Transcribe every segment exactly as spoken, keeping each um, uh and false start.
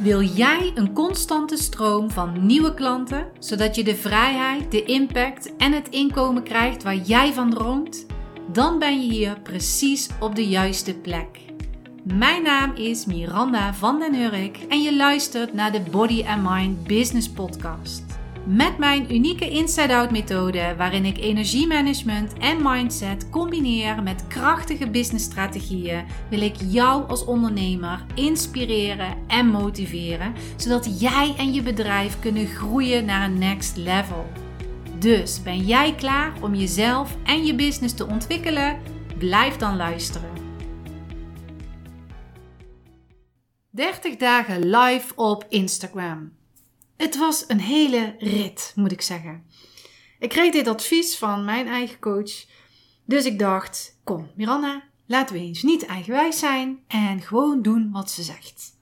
Wil jij een constante stroom van nieuwe klanten, zodat je de vrijheid, de impact en het inkomen krijgt waar jij van droomt? Dan ben je hier precies op de juiste plek. Mijn naam is Miranda van den Hurk en je luistert naar de Body and Mind Business Podcast. Met mijn unieke inside-out methode waarin ik energiemanagement en mindset combineer met krachtige businessstrategieën, wil ik jou als ondernemer inspireren en motiveren, zodat jij en je bedrijf kunnen groeien naar een next level. Dus ben jij klaar om jezelf en je business te ontwikkelen? Blijf dan luisteren. dertig dagen live op Instagram. Het was een hele rit, moet ik zeggen. Ik kreeg dit advies van mijn eigen coach. Dus ik dacht, kom Miranda, laten we eens niet eigenwijs zijn en gewoon doen wat ze zegt.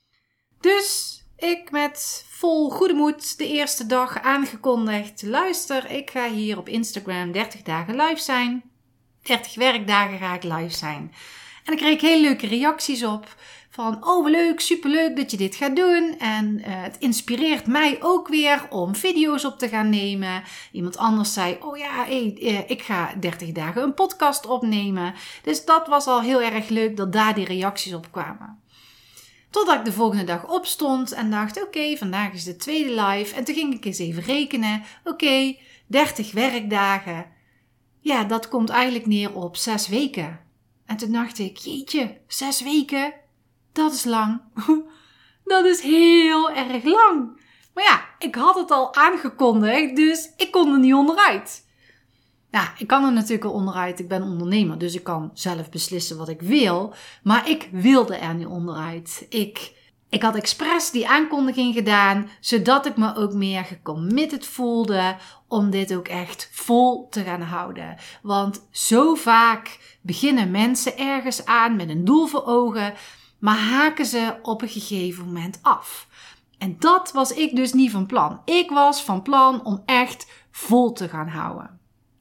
Dus ik met vol goede moed de eerste dag aangekondigd. Luister, ik ga hier op Instagram dertig dagen live zijn. dertig werkdagen ga ik live zijn. En ik kreeg hele leuke reacties op. Van, oh leuk, superleuk dat je dit gaat doen. En uh, het inspireert mij ook weer om video's op te gaan nemen. Iemand anders zei, oh ja, hey, uh, ik ga dertig dagen een podcast opnemen. Dus dat was al heel erg leuk dat daar die reacties op kwamen. Totdat ik de volgende dag opstond en dacht, oké, okay, vandaag is de tweede live. En toen ging ik eens even rekenen. Oké, okay, dertig werkdagen. Ja, dat komt eigenlijk neer op zes weken. En toen dacht ik, jeetje, zes weken? Dat is lang. Dat is heel erg lang. Maar ja, ik had het al aangekondigd, dus ik kon er niet onderuit. Nou, ik kan er natuurlijk al onderuit. Ik ben ondernemer, dus ik kan zelf beslissen wat ik wil. Maar ik wilde er niet onderuit. Ik, ik had expres die aankondiging gedaan, zodat ik me ook meer gecommitted voelde om dit ook echt vol te gaan houden. Want zo vaak beginnen mensen ergens aan met een doel voor ogen, maar haken ze op een gegeven moment af. En dat was ik dus niet van plan. Ik was van plan om echt vol te gaan houden.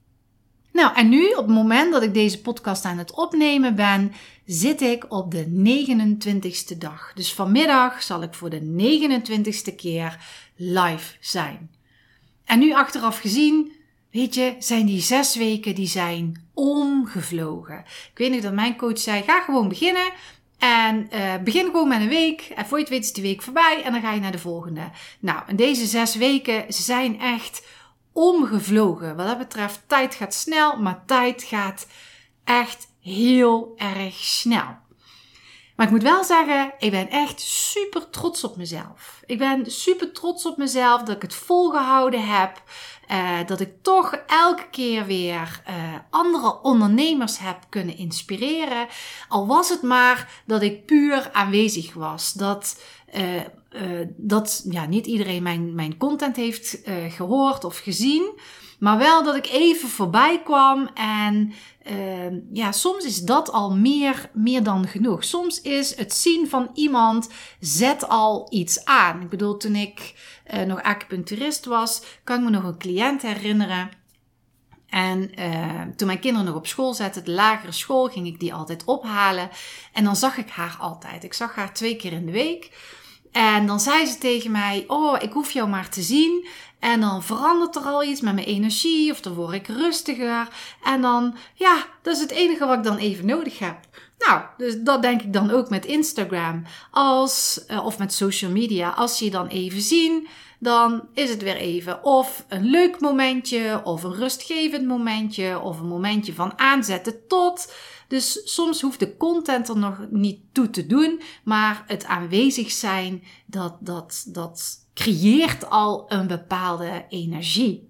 Nou, en nu, op het moment dat ik deze podcast aan het opnemen ben, zit ik op de negenentwintigste dag. Dus vanmiddag zal ik voor de negenentwintigste keer live zijn. En nu achteraf gezien, weet je, zijn die zes weken, die zijn omgevlogen. Ik weet nog dat mijn coach zei, ga gewoon beginnen. En uh, begin gewoon met een week. En voor je het weet is die week voorbij. En dan ga je naar de volgende. Nou, en deze zes weken zijn echt omgevlogen. Wat dat betreft, tijd gaat snel. Maar tijd gaat echt heel erg snel. Maar ik moet wel zeggen, ik ben echt super trots op mezelf. Ik ben super trots op mezelf dat ik het volgehouden heb. Uh, dat ik toch elke keer weer uh, andere ondernemers heb kunnen inspireren. Al was het maar dat ik puur aanwezig was. Dat, uh, uh, dat ja, niet iedereen mijn, mijn content heeft uh, gehoord of gezien. Maar wel dat ik even voorbij kwam en uh, ja, soms is dat al meer, meer dan genoeg. Soms is het zien van iemand zet al iets aan. Ik bedoel, toen ik uh, nog acupuncturist was, kan ik me nog een cliënt herinneren. En uh, toen mijn kinderen nog op school zaten, de lagere school, ging ik die altijd ophalen. En dan zag ik haar altijd. Ik zag haar twee keer in de week. En dan zei ze tegen mij, oh, ik hoef jou maar te zien. En dan verandert er al iets met mijn energie of dan word ik rustiger. En dan, ja, dat is het enige wat ik dan even nodig heb. Nou, dus dat denk ik dan ook met Instagram als, uh, of met social media. Als je je dan even zien, dan is het weer even of een leuk momentje of een rustgevend momentje of een momentje van aanzetten tot. Dus soms hoeft de content er nog niet toe te doen, maar het aanwezig zijn, dat, dat, dat creëert al een bepaalde energie.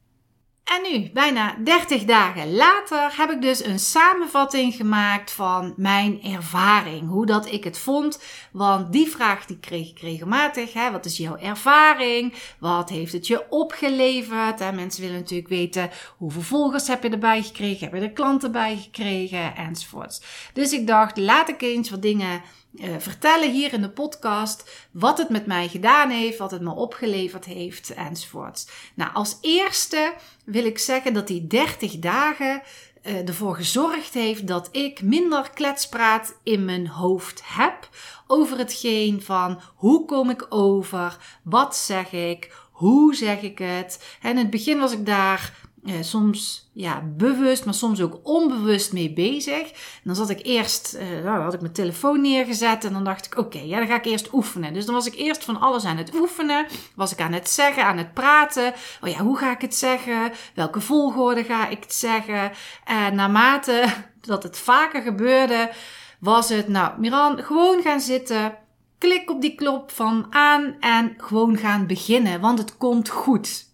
En nu, bijna dertig dagen later, heb ik dus een samenvatting gemaakt van mijn ervaring. Hoe dat ik het vond. Want die vraag die kreeg ik regelmatig. Hè? Wat is jouw ervaring? Wat heeft het je opgeleverd? Hè? Mensen willen natuurlijk weten hoeveel volgers heb je erbij gekregen? Heb je er klanten bij gekregen? Enzovoorts. Dus ik dacht, laat ik eens wat dingen Uh, vertellen hier in de podcast wat het met mij gedaan heeft, wat het me opgeleverd heeft enzovoorts. Nou, als eerste wil ik zeggen dat die dertig dagen uh, ervoor gezorgd heeft dat ik minder kletspraat in mijn hoofd heb over hetgeen van hoe kom ik over, wat zeg ik, hoe zeg ik het. En in het begin was ik daar uh, soms ja, bewust, maar soms ook onbewust mee bezig. En dan zat ik eerst, uh, nou, dan had ik mijn telefoon neergezet en dan dacht ik, oké, okay, ja, dan ga ik eerst oefenen. Dus dan was ik eerst van alles aan het oefenen, was ik aan het zeggen, aan het praten. Oh ja, hoe ga ik het zeggen? Welke volgorde ga ik het zeggen? En naarmate dat het vaker gebeurde, was het, nou, Miran, gewoon gaan zitten. Klik op die knop van aan en gewoon gaan beginnen, want het komt goed.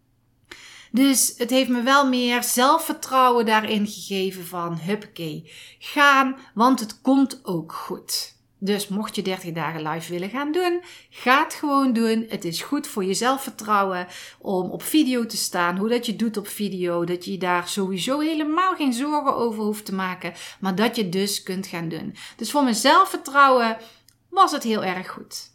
Dus het heeft me wel meer zelfvertrouwen daarin gegeven van huppakee, gaan, want het komt ook goed. Dus mocht je dertig dagen live willen gaan doen, ga het gewoon doen. Het is goed voor je zelfvertrouwen om op video te staan. Hoe dat je doet op video, dat je daar sowieso helemaal geen zorgen over hoeft te maken, maar dat je dus kunt gaan doen. Dus voor mijn zelfvertrouwen was het heel erg goed.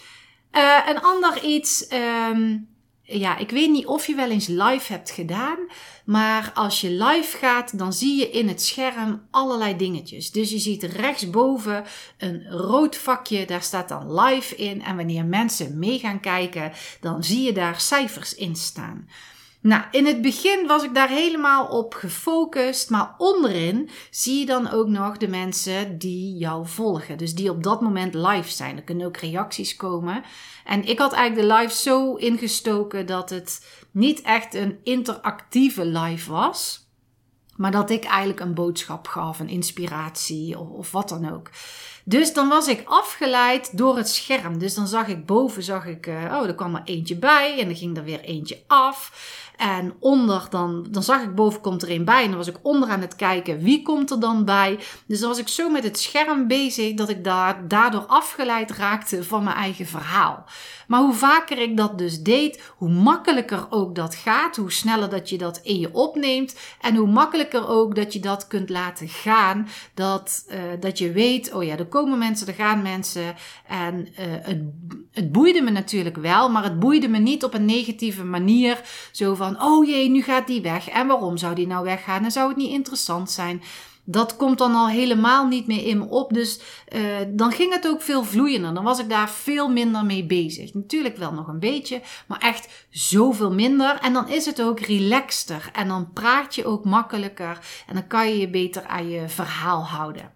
Uh, een ander iets, um, ja, ik weet niet of je wel eens live hebt gedaan, maar als je live gaat, dan zie je in het scherm allerlei dingetjes. Dus je ziet rechtsboven een rood vakje, daar staat dan live in. En wanneer mensen mee gaan kijken, dan zie je daar cijfers in staan. Nou, in het begin was ik daar helemaal op gefocust, maar onderin zie je dan ook nog de mensen die jou volgen. Dus die op dat moment live zijn. Er kunnen ook reacties komen. En ik had eigenlijk de live zo ingestoken dat het niet echt een interactieve live was, maar dat ik eigenlijk een boodschap gaf, een inspiratie of, of wat dan ook. Dus dan was ik afgeleid door het scherm. Dus dan zag ik boven, zag ik, uh, oh, er kwam er eentje bij en dan ging er weer eentje af. En onder, dan, dan zag ik boven komt er een bij en dan was ik onder aan het kijken wie komt er dan bij. Dus dan was ik zo met het scherm bezig dat ik daar, daardoor afgeleid raakte van mijn eigen verhaal. Maar hoe vaker ik dat dus deed, hoe makkelijker ook dat gaat, hoe sneller dat je dat in je opneemt en hoe makkelijker ook dat je dat kunt laten gaan. Dat, uh, dat je weet, oh ja, er komen mensen, er gaan mensen en uh, het, het boeide me natuurlijk wel, maar het boeide me niet op een negatieve manier, zo van Van, oh jee, nu gaat die weg. En waarom zou die nou weggaan? En zou het niet interessant zijn? Dat komt dan al helemaal niet meer in me op. Dus uh, dan ging het ook veel vloeiender. Dan was ik daar veel minder mee bezig. Natuurlijk wel nog een beetje, maar echt zoveel minder. En dan is het ook relaxter. En dan praat je ook makkelijker. En dan kan je je beter aan je verhaal houden.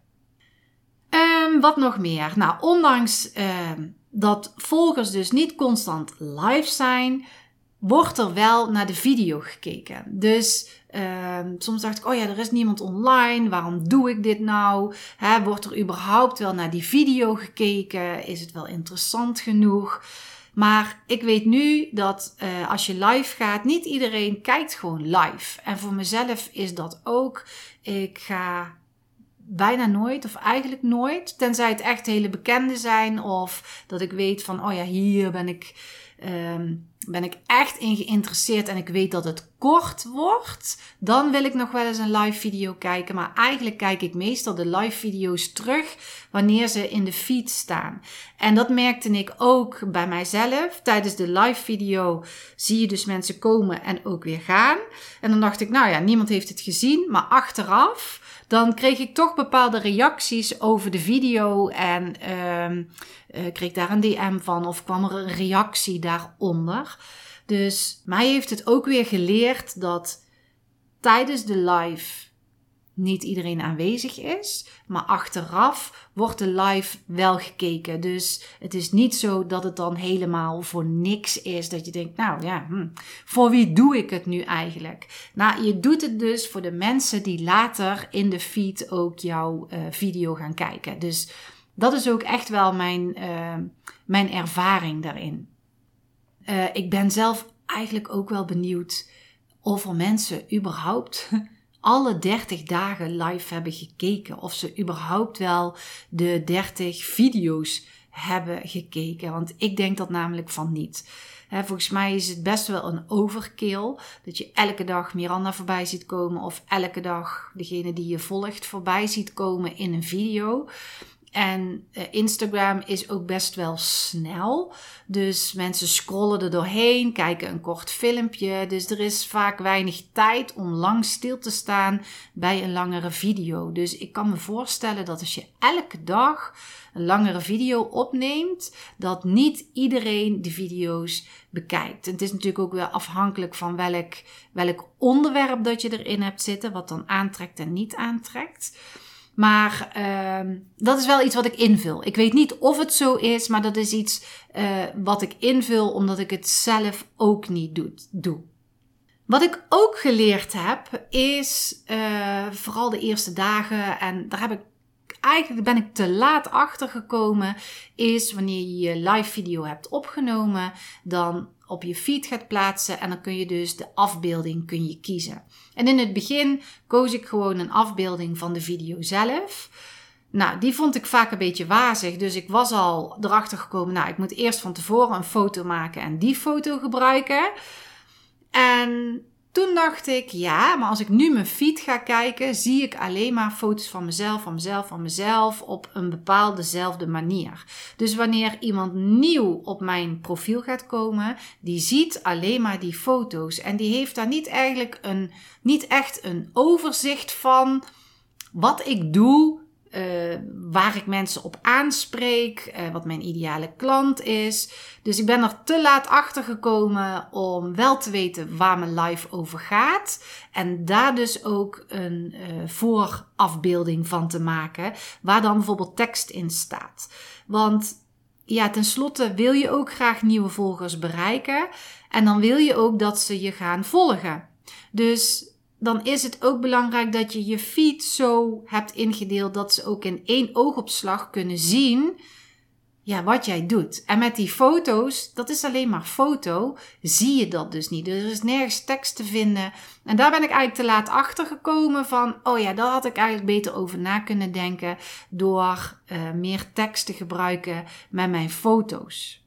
Um, wat nog meer? Nou, ondanks uh, dat volgers dus niet constant live zijn, wordt er wel naar de video gekeken. Dus uh, soms dacht ik, oh ja, er is niemand online. Waarom doe ik dit nou? Hè, wordt er überhaupt wel naar die video gekeken? Is het wel interessant genoeg? Maar ik weet nu dat uh, als je live gaat, niet iedereen kijkt gewoon live. En voor mezelf is dat ook. Ik ga bijna nooit of eigenlijk nooit, tenzij het echt hele bekende zijn of dat ik weet van, oh ja, hier ben ik... Um, ben ik echt in geïnteresseerd en ik weet dat het kort wordt, dan wil ik nog wel eens een live video kijken. Maar eigenlijk kijk ik meestal de live video's terug wanneer ze in de feed staan. En dat merkte ik ook bij mijzelf. Tijdens de live video zie je dus mensen komen en ook weer gaan. En dan dacht ik, nou ja, niemand heeft het gezien, maar achteraf dan kreeg ik toch bepaalde reacties over de video en uh, uh, kreeg daar een D M van of kwam er een reactie daaronder. Dus mij heeft het ook weer geleerd dat tijdens de live niet iedereen aanwezig is, maar achteraf wordt de live wel gekeken. Dus het is niet zo dat het dan helemaal voor niks is, dat je denkt, nou ja, hm, voor wie doe ik het nu eigenlijk? Nou, je doet het dus voor de mensen die later in de feed ook jouw uh, video gaan kijken. Dus dat is ook echt wel mijn, uh, mijn ervaring daarin. Uh, ik ben zelf eigenlijk ook wel benieuwd of er mensen überhaupt alle dertig dagen live hebben gekeken. Of ze überhaupt wel de dertig video's hebben gekeken. Want ik denk dat namelijk van niet. He, volgens mij is het best wel een overkill. Dat je elke dag Miranda voorbij ziet komen. Of elke dag degene die je volgt voorbij ziet komen in een video. En uh, Instagram is ook best wel snel. Dus mensen scrollen er doorheen, kijken een kort filmpje. Dus er is vaak weinig tijd om lang stil te staan bij een langere video. Dus ik kan me voorstellen dat als je elke dag een langere video opneemt, dat niet iedereen de video's bekijkt. En het is natuurlijk ook weer afhankelijk van welk, welk onderwerp dat je erin hebt zitten, wat dan aantrekt en niet aantrekt. Maar uh, dat is wel iets wat ik invul. Ik weet niet of het zo is, maar dat is iets uh, wat ik invul omdat ik het zelf ook niet doe. doe. Wat ik ook geleerd heb is uh, vooral de eerste dagen, en daar heb ik eigenlijk ben ik te laat achter gekomen, is wanneer je je live video hebt opgenomen, dan op je feed gaat plaatsen en dan kun je dus de afbeelding kun je kiezen. En in het begin koos ik gewoon een afbeelding van de video zelf. Nou, die vond ik vaak een beetje wazig, dus ik was al erachter gekomen, nou, ik moet eerst van tevoren een foto maken en die foto gebruiken. En toen dacht ik, ja, maar als ik nu mijn feed ga kijken, zie ik alleen maar foto's van mezelf, van mezelf, van mezelf op een bepaalddezelfde manier. Dus wanneer iemand nieuw op mijn profiel gaat komen, die ziet alleen maar die foto's. En die heeft daar niet eigenlijk een, niet echt een overzicht van wat ik doe, Uh, waar ik mensen op aanspreek, uh, wat mijn ideale klant is. Dus ik ben er te laat achter gekomen om wel te weten waar mijn live over gaat. En daar dus ook een uh, voorafbeelding van te maken, waar dan bijvoorbeeld tekst in staat. Want ja, tenslotte wil je ook graag nieuwe volgers bereiken. En dan wil je ook dat ze je gaan volgen. Dus dan is het ook belangrijk dat je je feed zo hebt ingedeeld dat ze ook in één oogopslag kunnen zien, ja, wat jij doet. En met die foto's, dat is alleen maar foto, zie je dat dus niet. Dus er is nergens tekst te vinden. En daar ben ik eigenlijk te laat achter gekomen van, oh ja, daar had ik eigenlijk beter over na kunnen denken door uh, meer tekst te gebruiken met mijn foto's.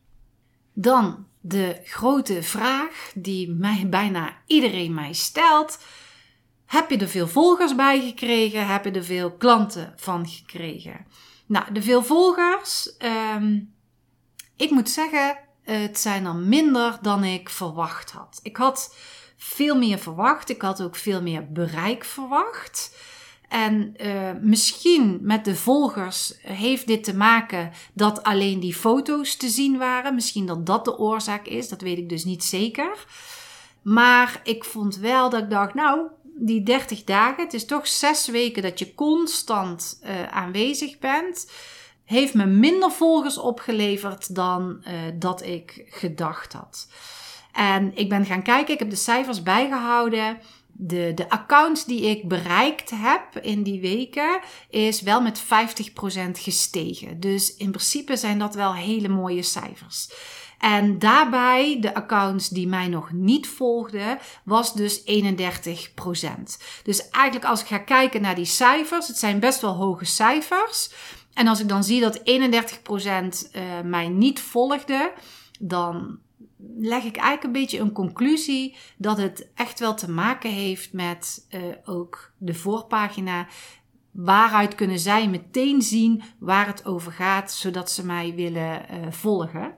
Dan de grote vraag die mij bijna iedereen mij stelt. Heb je er veel volgers bij gekregen? Heb je er veel klanten van gekregen? Nou, de veel volgers, um, ik moet zeggen, het zijn er minder dan ik verwacht had. Ik had veel meer verwacht. Ik had ook veel meer bereik verwacht. En uh, misschien met de volgers heeft dit te maken dat alleen die foto's te zien waren. Misschien dat dat de oorzaak is, dat weet ik dus niet zeker. Maar ik vond wel dat ik dacht, nou, die dertig dagen, het is toch zes weken dat je constant uh, aanwezig bent, heeft me minder volgers opgeleverd dan uh, dat ik gedacht had. En ik ben gaan kijken, ik heb de cijfers bijgehouden. De, de accounts die ik bereikt heb in die weken is wel met vijftig procent gestegen. Dus in principe zijn dat wel hele mooie cijfers. En daarbij, de accounts die mij nog niet volgden, was dus eenendertig procent. Dus eigenlijk als ik ga kijken naar die cijfers, het zijn best wel hoge cijfers. En als ik dan zie dat eenendertig procent uh, mij niet volgde, dan leg ik eigenlijk een beetje een conclusie dat het echt wel te maken heeft met uh, ook de voorpagina. Waaruit kunnen zij meteen zien waar het over gaat, zodat ze mij willen uh, volgen.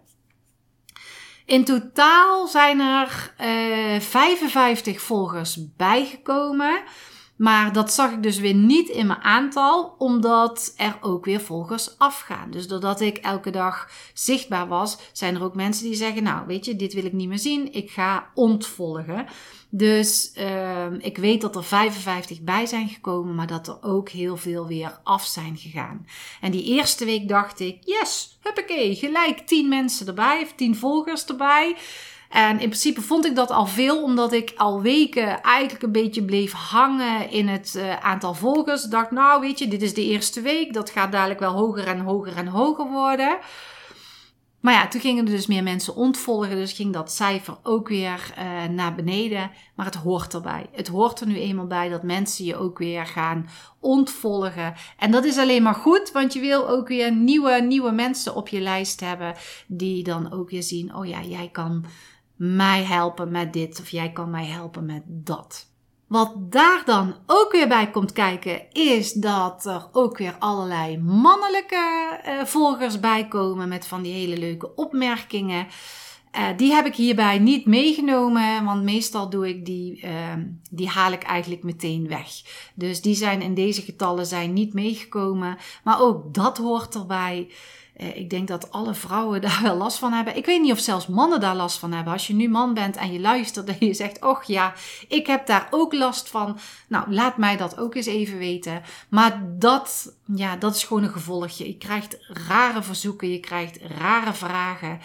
In totaal zijn er uh, vijfenvijftig volgers bijgekomen. Maar dat zag ik dus weer niet in mijn aantal, omdat er ook weer volgers afgaan. Dus doordat ik elke dag zichtbaar was, zijn er ook mensen die zeggen, nou weet je, dit wil ik niet meer zien, ik ga ontvolgen. Dus uh, ik weet dat er vijfenvijftig bij zijn gekomen, maar dat er ook heel veel weer af zijn gegaan. En die eerste week dacht ik, yes, huppakee, gelijk tien mensen erbij, of tien volgers erbij. En in principe vond ik dat al veel, omdat ik al weken eigenlijk een beetje bleef hangen in het uh, aantal volgers. Ik dacht, nou weet je, dit is de eerste week, dat gaat dadelijk wel hoger en hoger en hoger worden. Maar ja, toen gingen er dus meer mensen ontvolgen, dus ging dat cijfer ook weer uh, naar beneden. Maar het hoort erbij. Het hoort er nu eenmaal bij dat mensen je ook weer gaan ontvolgen. En dat is alleen maar goed, want je wil ook weer nieuwe, nieuwe mensen op je lijst hebben die dan ook weer zien, oh ja, jij kan mij helpen met dit of jij kan mij helpen met dat. Wat daar dan ook weer bij komt kijken, is dat er ook weer allerlei mannelijke uh, volgers bij komen met van die hele leuke opmerkingen. Uh, die heb ik hierbij niet meegenomen, want meestal doe ik die, uh, die haal ik eigenlijk meteen weg. Dus die zijn in deze getallen zijn niet meegekomen, maar ook dat hoort erbij. Uh, ik denk dat alle vrouwen daar wel last van hebben. Ik weet niet of zelfs mannen daar last van hebben. Als je nu man bent en je luistert en je zegt, och ja, ik heb daar ook last van. Nou, laat mij dat ook eens even weten. Maar dat, ja, dat is gewoon een gevolgje. Je krijgt rare verzoeken, je krijgt rare vragen.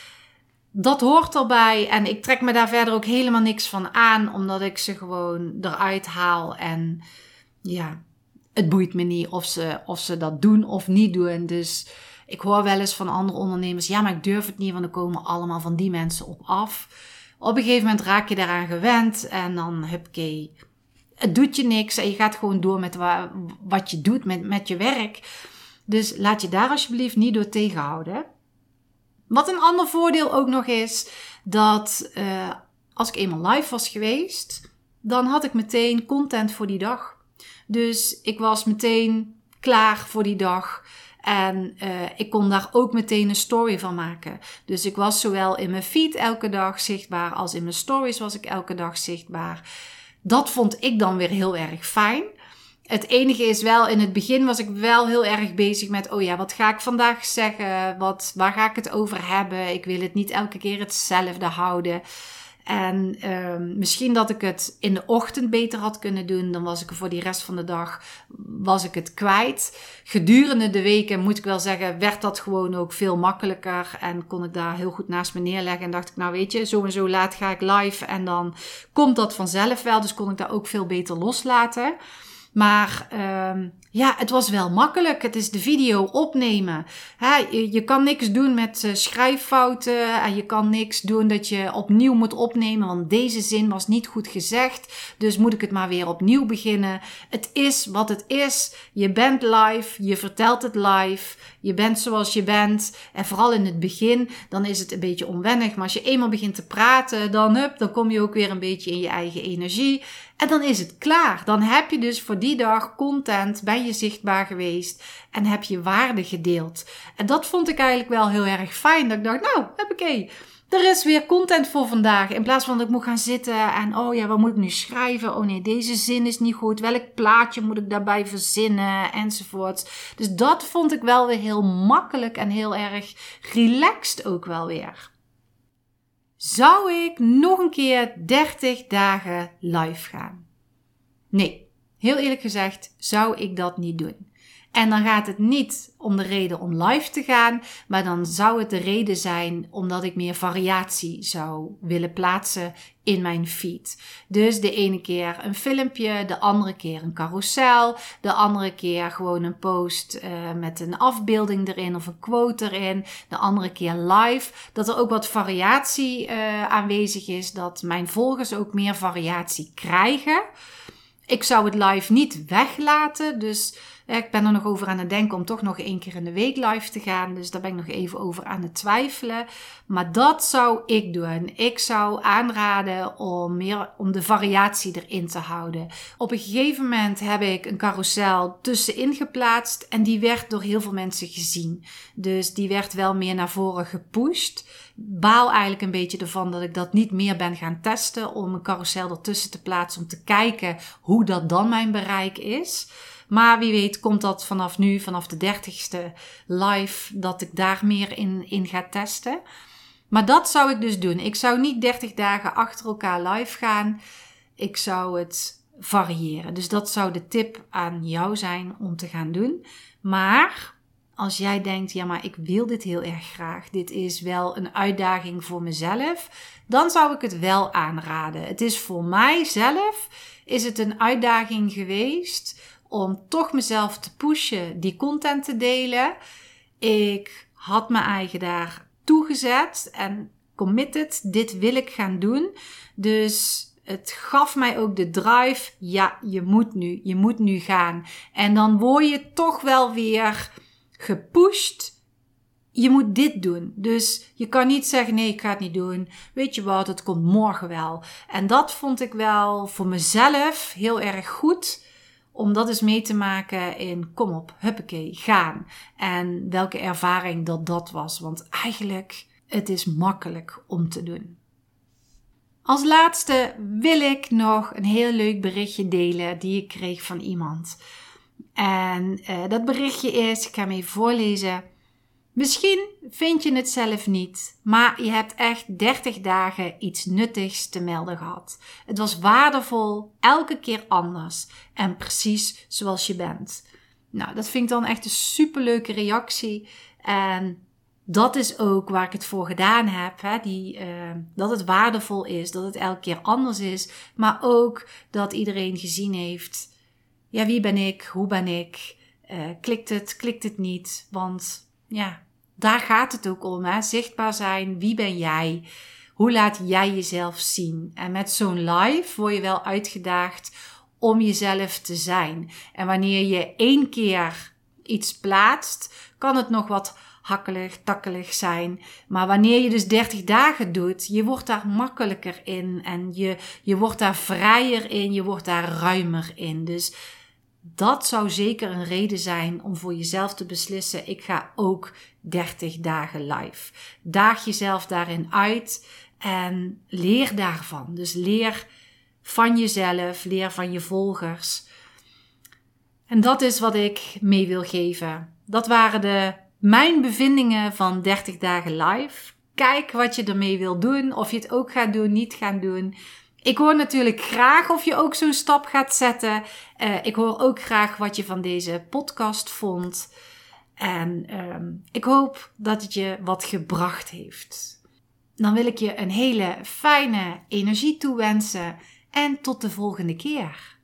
Dat hoort erbij en ik trek me daar verder ook helemaal niks van aan, omdat ik ze gewoon eruit haal en ja, het boeit me niet of ze, of ze dat doen of niet doen. Dus ik hoor wel eens van andere ondernemers, ja, maar ik durf het niet, want er komen allemaal van die mensen op af. Op een gegeven moment raak je daaraan gewend en dan, huppakee, het doet je niks en je gaat gewoon door met wa- wat je doet met, met je werk. Dus laat je daar alsjeblieft niet door tegenhouden. Wat een ander voordeel ook nog is, dat uh, als ik eenmaal live was geweest, dan had ik meteen content voor die dag. Dus ik was meteen klaar voor die dag en uh, ik kon daar ook meteen een story van maken. Dus ik was zowel in mijn feed elke dag zichtbaar als in mijn stories was ik elke dag zichtbaar. Dat vond ik dan weer heel erg fijn. Het enige is wel, in het begin was ik wel heel erg bezig met, oh ja, wat ga ik vandaag zeggen? Wat, waar ga ik het over hebben? Ik wil het niet elke keer hetzelfde houden. En uh, misschien dat ik het in de ochtend beter had kunnen doen. Dan was ik er voor die rest van de dag, was ik het kwijt. Gedurende de weken, moet ik wel zeggen, werd dat gewoon ook veel makkelijker. En kon ik daar heel goed naast me neerleggen. En dacht ik, nou weet je, zo en zo laat ga ik live. En dan komt dat vanzelf wel. Dus kon ik daar ook veel beter loslaten. Maar um, ja, het was wel makkelijk. Het is de video opnemen. He, je, je kan niks doen met uh, schrijffouten. En je kan niks doen dat je opnieuw moet opnemen. Want deze zin was niet goed gezegd. Dus moet ik het maar weer opnieuw beginnen. Het is wat het is. Je bent live. Je vertelt het live. Je bent zoals je bent. En vooral in het begin, dan is het een beetje onwennig. Maar als je eenmaal begint te praten, dan, hup, dan kom je ook weer een beetje in je eigen energie. En dan is het klaar. Dan heb je dus voor die dag content, ben je zichtbaar geweest en heb je waarde gedeeld. En dat vond ik eigenlijk wel heel erg fijn. Dat ik dacht, nou, oké, er is weer content voor vandaag. In plaats van dat ik moet gaan zitten en oh ja, wat moet ik nu schrijven? Oh nee, deze zin is niet goed. Welk plaatje moet ik daarbij verzinnen? Enzovoort. Dus dat vond ik wel weer heel makkelijk en heel erg relaxed ook wel weer. Zou ik nog een keer dertig dagen live gaan? Nee, heel eerlijk gezegd zou ik dat niet doen. En dan gaat het niet om de reden om live te gaan, maar dan zou het de reden zijn omdat ik meer variatie zou willen plaatsen in mijn feed. Dus de ene keer een filmpje, de andere keer een carousel, de andere keer gewoon een post uh, met een afbeelding erin of een quote erin, de andere keer live. Dat er ook wat variatie uh, aanwezig is, dat mijn volgers ook meer variatie krijgen. Ik zou het live niet weglaten, dus ik ben er nog over aan het denken om toch nog één keer in de week live te gaan. Dus daar ben ik nog even over aan het twijfelen. Maar dat zou ik doen. Ik zou aanraden om meer om de variatie erin te houden. Op een gegeven moment heb ik een carousel tussenin geplaatst. En die werd door heel veel mensen gezien. Dus die werd wel meer naar voren gepusht. Baal eigenlijk een beetje ervan dat ik dat niet meer ben gaan testen. Om een carousel ertussen te plaatsen. Om te kijken hoe dat dan mijn bereik is. Maar wie weet komt dat vanaf nu, vanaf de dertigste live, dat ik daar meer in, in ga testen. Maar dat zou ik dus doen. Ik zou niet dertig dagen achter elkaar live gaan. Ik zou het variëren. Dus dat zou de tip aan jou zijn om te gaan doen. Maar als jij denkt, ja maar ik wil dit heel erg graag. Dit is wel een uitdaging voor mezelf. Dan zou ik het wel aanraden. Het is voor mijzelf, is het een uitdaging geweest om toch mezelf te pushen, die content te delen. Ik had me eigen daar toegezet en committed. Dit wil ik gaan doen. Dus het gaf mij ook de drive. Ja, je moet nu. Je moet nu gaan. En dan word je toch wel weer gepusht. je moet dit doen. Dus je kan niet zeggen, nee, ik ga het niet doen. Weet je wat, het komt morgen wel. En dat vond ik wel voor mezelf heel erg goed. Om dat eens mee te maken in, kom op, huppakee, gaan. En welke ervaring dat dat was. Want eigenlijk, het is makkelijk om te doen. Als laatste wil ik nog een heel leuk berichtje delen die ik kreeg van iemand. En uh, dat berichtje is, ik ga hem even voorlezen. Misschien vind je het zelf niet, maar je hebt echt dertig dagen iets nuttigs te melden gehad. Het was waardevol, elke keer anders en precies zoals je bent. Nou, dat vind ik dan echt een superleuke reactie. En dat is ook waar ik het voor gedaan heb. Hè? Die, uh, dat het waardevol is, dat het elke keer anders is. Maar ook dat iedereen gezien heeft. Ja, wie ben ik? Hoe ben ik? Uh, klikt het? Klikt het niet? Want ja, daar gaat het ook om. Hè? Zichtbaar zijn. Wie ben jij? Hoe laat jij jezelf zien? En met zo'n live word je wel uitgedaagd om jezelf te zijn. En wanneer je één keer iets plaatst, kan het nog wat hakkelig, takkelig zijn. Maar wanneer je dus dertig dagen doet, je wordt daar makkelijker in. En je, je wordt daar vrijer in. Je wordt daar ruimer in. Dus dat zou zeker een reden zijn om voor jezelf te beslissen. Ik ga ook dertig dagen live. Daag jezelf daarin uit. En leer daarvan. Dus leer van jezelf. Leer van je volgers. En dat is wat ik mee wil geven. Dat waren de Mijn bevindingen van dertig dagen live. Kijk wat je ermee wil doen. Of je het ook gaat doen, niet gaan doen. Ik hoor natuurlijk graag of je ook zo'n stap gaat zetten. Uh, ik hoor ook graag wat je van deze podcast vond. En um, ik hoop dat het je wat gebracht heeft. Dan wil ik je een hele fijne energie toewensen. En tot de volgende keer.